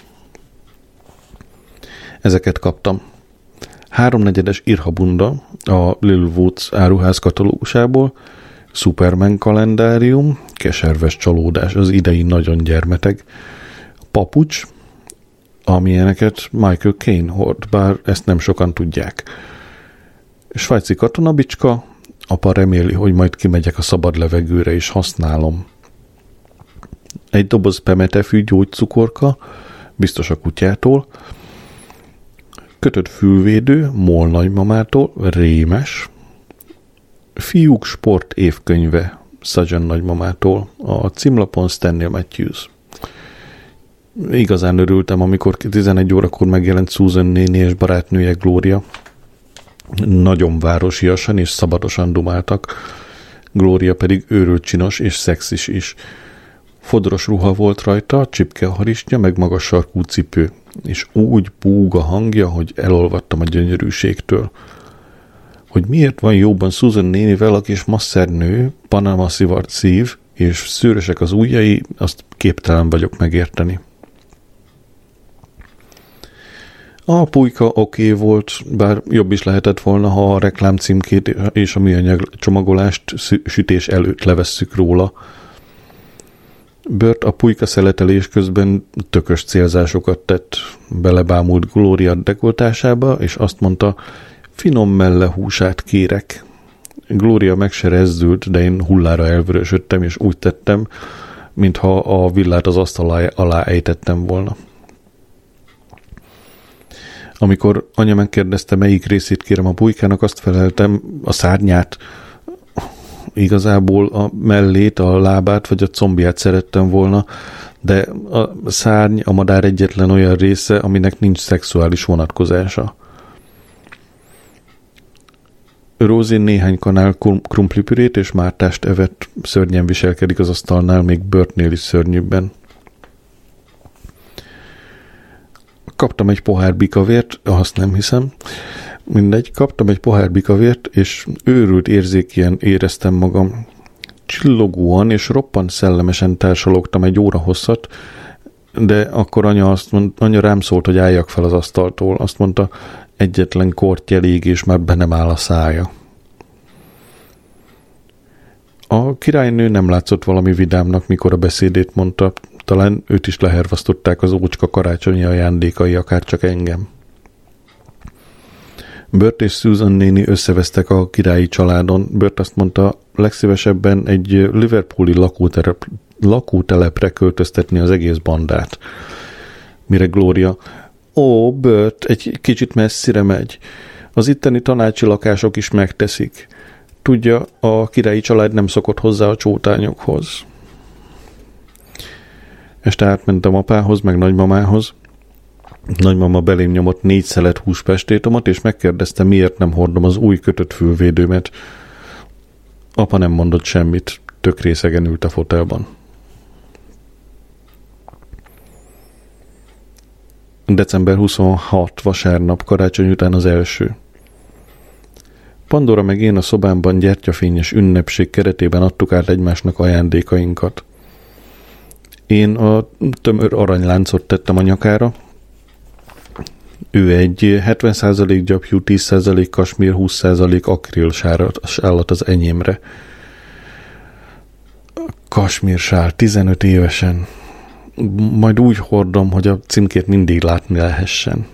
Ezeket kaptam. 3/4 irhabunda a Little Woods áruház katalógusából, Superman kalendárium, keserves csalódás, az idei nagyon gyermeteg, papucs, amilyeneket Michael Caine hord, bár ezt nem sokan tudják. Svájci katonabicska, apa reméli, hogy majd kimegyek a szabad levegőre és használom. Egy doboz pemetefű gyógycukorka, biztos a kutyától, kötött fülvédő, Molnagymamától, rémes, fiúk sport évkönyve, Sajan nagymamától. A címlapon Stanley Matthews. Igazán örültem, amikor 11 órakor megjelent Susan néni és barátnője Gloria. Nagyon városiasan és szabadosan dumáltak. Gloria pedig őrült csinos és szexis is. Fodros ruha volt rajta, csipke harisnya, meg magas sarkú cipő, és úgy búg a hangja, hogy elolvadtam a gyönyörűségtől. Hogy miért van jóban Susan nénivel a kis masszernő, Panama szivart szív, és szőrösek az ujjai, azt képtelen vagyok megérteni. A pulyka oké volt, bár jobb is lehetett volna, ha a reklámcímkét és a műanyag csomagolást sütés előtt levesszük róla. Burt a pulyka szeletelés közben tökös célzásokat tett. Belebámult Gloria dekoltásába, és azt mondta, finom melle húsát kérek. Gloria meg se rezdült, de én hullára elvörösödtem, és úgy tettem, mintha a villát az asztal alá ejtettem volna. Amikor anya megkérdezte, melyik részét kérem a pulykának, azt feleltem, a szárnyát. Igazából a mellét, a lábát vagy a combját szerettem volna, de a szárny a madár egyetlen olyan része, aminek nincs szexuális vonatkozása. Rózin néhány kanál krumplipürét és mártást evett, szörnyen viselkedik az asztalnál, még Burtnél is szörnyűbben. Kaptam egy pohár bikavért, azt nem hiszem. Mindegy, kaptam egy pohár bikavért, és őrült érzékien éreztem magam. Csillogóan és roppant szellemesen társalogtam egy óra hosszat, de akkor anya rám szólt, hogy álljak fel az asztaltól. Azt mondta, egyetlen korty elég, és már be nem áll a szája. A királynő nem látszott valami vidámnak, mikor a beszédét mondta. Talán őt is lehervasztották az ócska karácsonyi ajándékai, akár csak engem. Burt és Susan néni összevesztek a királyi családon. Burt azt mondta, legszívesebben egy liverpooli lakótelepre költöztetni az egész bandát. Mire Gloria, Burt, egy kicsit messzire megy. Az itteni tanácsi lakások is megteszik. Tudja, a királyi család nem szokott hozzá a csótányokhoz. Este átmentem apához, meg nagymamához. Nagymama belém nyomott 4 szelet húspestétomat, és megkérdezte, miért nem hordom az új kötött fülvédőmet. Apa nem mondott semmit, tök részegen ült a fotelban. December 26, vasárnap, karácsony után az első. Pandora meg én a szobámban gyertyafényes ünnepség keretében adtuk át egymásnak ajándékainkat. Én a tömör aranyláncot tettem a nyakára, ő egy 70% gyapjú, 10% kasmír, 20% akril sálat az enyémre. Kasmír sál, 15 évesen. Majd úgy hordom, hogy a címkét mindig látni lehessen.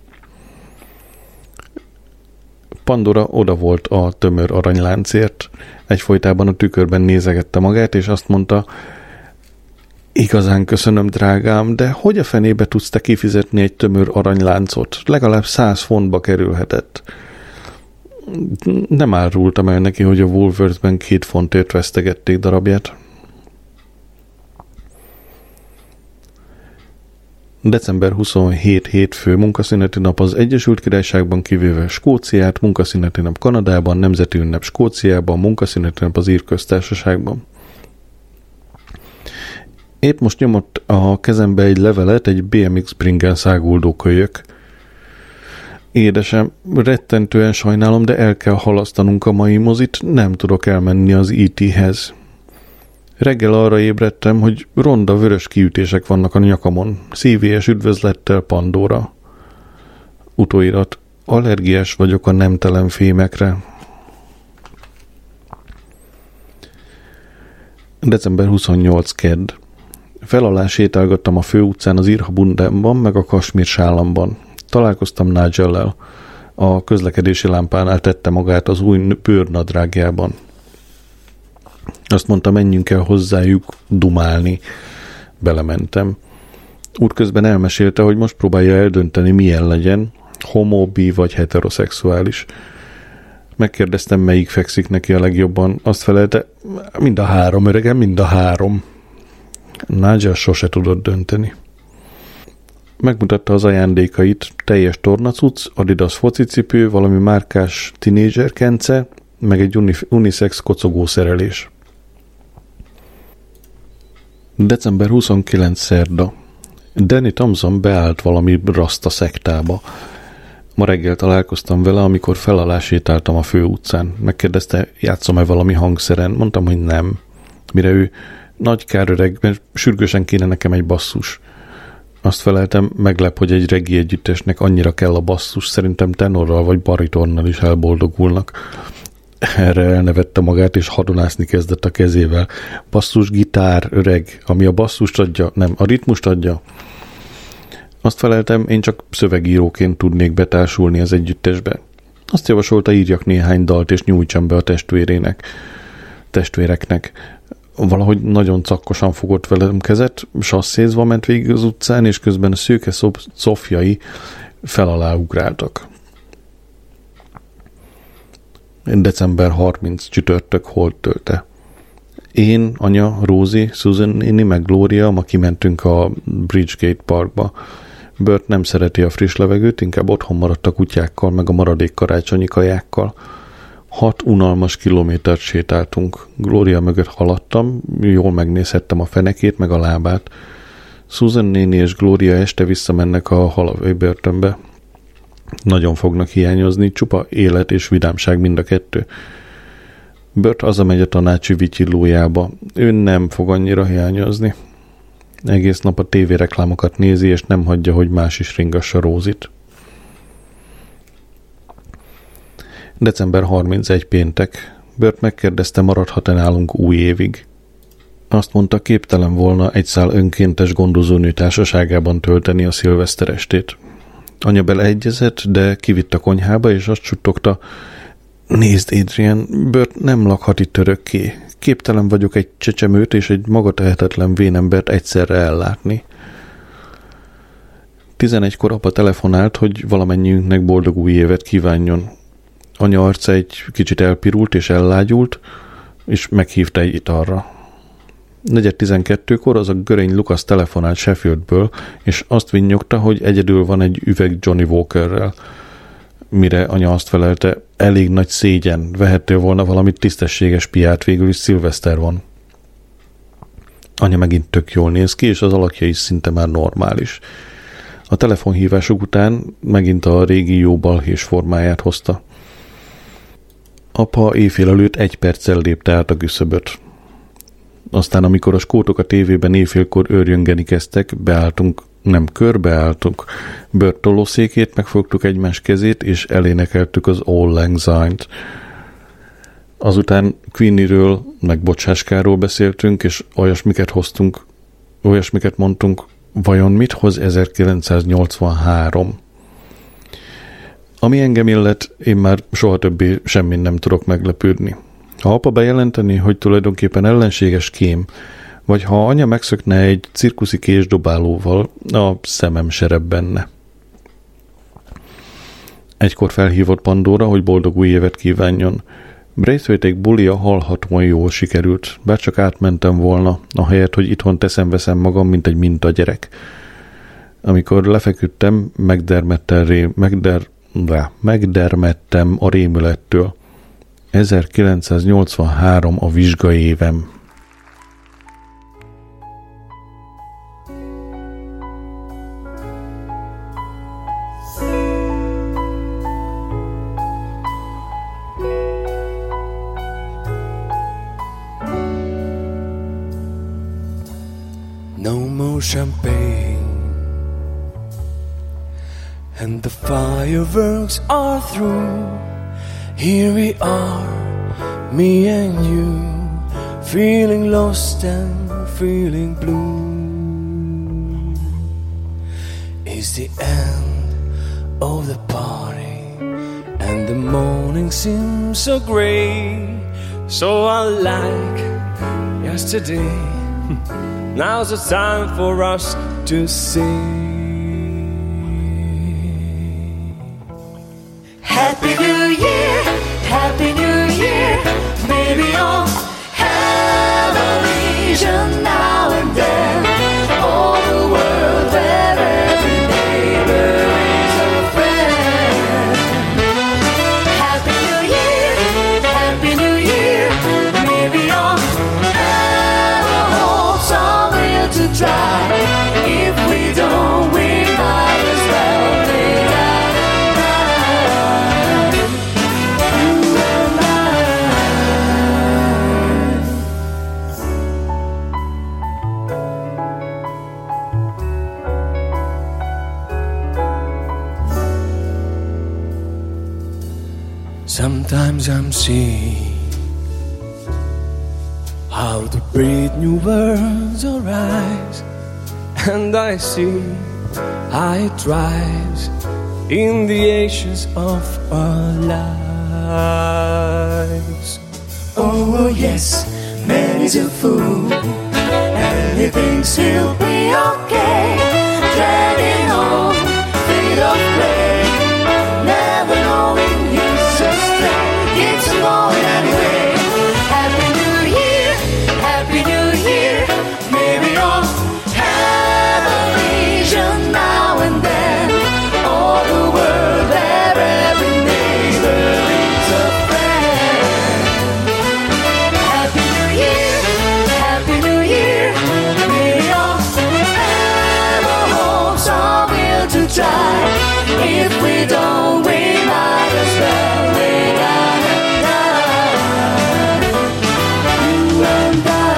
Pandora oda volt a tömör aranyláncért. Egyfolytában a tükörben nézegette magát, és azt mondta, igazán köszönöm, drágám, de hogy a fenébe tudsz te kifizetni egy tömör aranyláncot? Legalább 100 fontba kerülhetett. Nem árultam el neki, hogy a Woolworthben 2 fontért vesztegették darabját. December 27 hétfő, munkaszüneti nap az Egyesült Királyságban, kivéve Skóciát, munkaszüneti nap Kanadában, nemzeti ünnep Skóciában, munkaszüneti nap az Ír Köztársaságban. Épp most nyomott a kezembe egy levelet, egy BMX bringen száguldó kölyök. Édesem, rettentően sajnálom, de el kell halasztanunk a mai mozit, nem tudok elmenni az E.T.-hez. Reggel arra ébredtem, hogy ronda vörös kiütések vannak a nyakamon. Szívélyes üdvözlettel, Pandora. Utóirat. Allergiás vagyok a nemtelen fémekre. December 28 kedd. Felalá sétálgattam a főutcán az írhabundámban, meg a kasmír sálamban. Találkoztam Nigellel. A közlekedési lámpánál tette magát az új bőrnadrágjában. Azt mondta, menjünk el hozzájuk dumálni. Belementem. Útközben elmesélte, hogy most próbálja eldönteni, milyen legyen, homo, bi vagy heteroszexuális. Megkérdeztem, melyik fekszik neki a legjobban. Azt felelte, mind a 3, öregem, mind a 3. Nigel sose tudott dönteni. Megmutatta az ajándékait, teljes tornacuc, Adidas focicipő, valami márkás tinédzser kence, meg egy unisex kocogó szerelés. December 29. szerda. Danny Thompson beállt valami rasta szektába. Ma reggel találkoztam vele, amikor fel alá sétáltam a főutcán. Megkérdezte, játszom-e valami hangszeren? Mondtam, hogy nem. Mire ő, nagy kár öreg, mert sürgősen kéne nekem egy basszus. Azt feleltem, meglep, hogy egy reggae együttesnek annyira kell a basszus, szerintem tenorral vagy baritonnal is elboldogulnak. Erre elnevette magát, és hadonászni kezdett a kezével. Basszus, gitár, öreg, ami a basszust adja, nem, a ritmust adja. Azt feleltem, én csak szövegíróként tudnék betársulni az együttesbe. Azt javasolta, írjak néhány dalt, és nyújtsam be a testvéreknek. Valahogy nagyon cakkosan fogott velem kezet, sasszézva ment végig az utcán, és közben a szőke szofjai fel alá ugráltak. December 30 csütörtök holdtölte. Én, anya, Rosie, Susan néni, meg Gloria ma kimentünk a Bridgegate Parkba. Bert nem szereti a friss levegőt, inkább otthon maradt a kutyákkal, meg a maradék karácsonyi kajákkal. 6 unalmas kilométert sétáltunk. Gloria mögött haladtam, jól megnézhettem a fenekét, meg a lábát. Susan néni és Gloria este visszamennek a Holloway börtönbe. Nagyon fognak hiányozni, csupa élet és vidámság mind a kettő. Bert hazamegy a tanácsi vityillójába. Ő nem fog annyira hiányozni. Egész nap a tévéreklámokat nézi, és nem hagyja, hogy más is ringassa Rózit. December 31 péntek. Bert megkérdezte, maradhat-e nálunk új évig. Azt mondta, képtelen volna egy szál önkéntes gondozónő társaságában tölteni a szilveszterestét. Anya beleegyezett, de kivitt a konyhába, és azt suttogta, nézd, Adrian, Bert nem lakhat itt örökké. Képtelen vagyok egy csecsemőt és egy magatehetetlen vénembert egyszerre ellátni. 11-kor apa telefonált, hogy valamennyiünknek boldog új évet kívánjon. Anya arca egy kicsit elpirult és ellágyult, és meghívta egy italra. 4:12-kor az a görény Lukasz telefonált Sheffieldből, és azt vinnyogta, hogy egyedül van egy üveg Johnny Walkerrel. Mire anya azt felelte, elég nagy szégyen, vehettél volna valami tisztességes piát, végül is szilveszter van. Anya megint tök jól néz ki, és az alakja is szinte már normális. A telefonhívások után megint a régi jó balhés formáját hozta. Apa éjfél előtt 1 perccel lépte át a küszöböt. Aztán, amikor a skótok a tévében éjfélkor őrjöngeni kezdtek, körbeálltunk. Bert tolószékét, megfogtuk egymás kezét, és elénekeltük az Auld Lang Syne-t. Azután Queenie-ről, meg Bocsáskáról beszéltünk, és olyasmiket mondtunk, vajon mit hoz 1983? Ami engem illet, én már soha többé semmin nem tudok meglepődni. Ha apa bejelenteni, hogy tulajdonképpen ellenséges kém, vagy ha anya megszökne egy cirkuszi késdobálóval, a szemem se rebbenne. Egykor felhívott Pandora, hogy boldog új évet kívánjon. Braithwaite-ék bulia hallhatóan jól sikerült, bár csak átmentem volna, ahelyett, hogy itthon teszem-veszem magam, mint egy mintagyerek. Amikor lefeküdtem, megdermedtem a rémülettől. 1983 a vizsgai évem.
No more champagne, and the fireworks are through. Here we are, me and you, feeling lost and feeling blue. It's the end of the party, and the morning seems so grey, so unlike yesterday. Now's the time for us to sing. Happy New Year, Happy Maybe I'll have a vision now and then. All the world where every neighbor is a friend. Happy New Year, Happy New Year. Maybe I'll have a hope somewhere to try. If we don't, we might as well live out and die. You and I. Sometimes I'm seeing how to breathe new worlds arise, and I see how it thrives in the ashes of our lives. Oh yes, man is a fool, and he thinks he'll be okay, dragging on feet of clay, never knowing he's a stray. It's going anyway. Happy New Year, Happy New Year. Maybe I'll have a vision now and then. All the world where every neighbor is a friend. Happy New Year, Happy New Year. Maybe I'll have a hope somewhere to try. If we don't, we might as well lay down and die. You and I.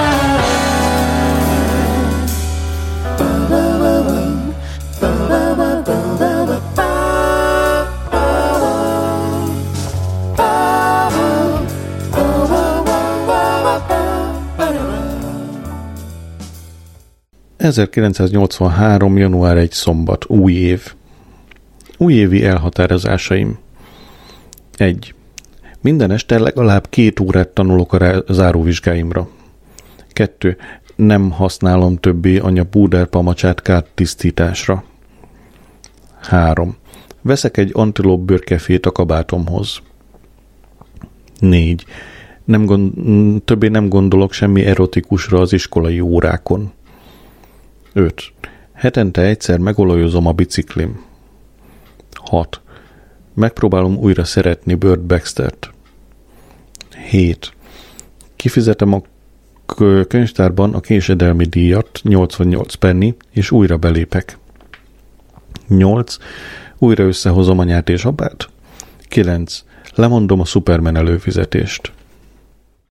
...1983. január 1. szombat, új év. Újévi elhatározásaim. 1. Minden este legalább 2 órát tanulok a záróvizsgáimra. 2. Nem használom többé anya púderpamacsát kártisztításra. 3. Veszek egy antilop bőrkefét a kabátomhoz. 4. Többé nem gondolok semmi erotikusra az iskolai órákon. 5. Hetente egyszer megolajozom a biciklim. 6. Megpróbálom újra szeretni Burt Baxtert. 7. Kifizetem a könyvtárban a késedelmi díjat, 88 penny, és újra belépek. 8. Újra összehozom anyát és apát. 9. Lemondom a Superman előfizetést.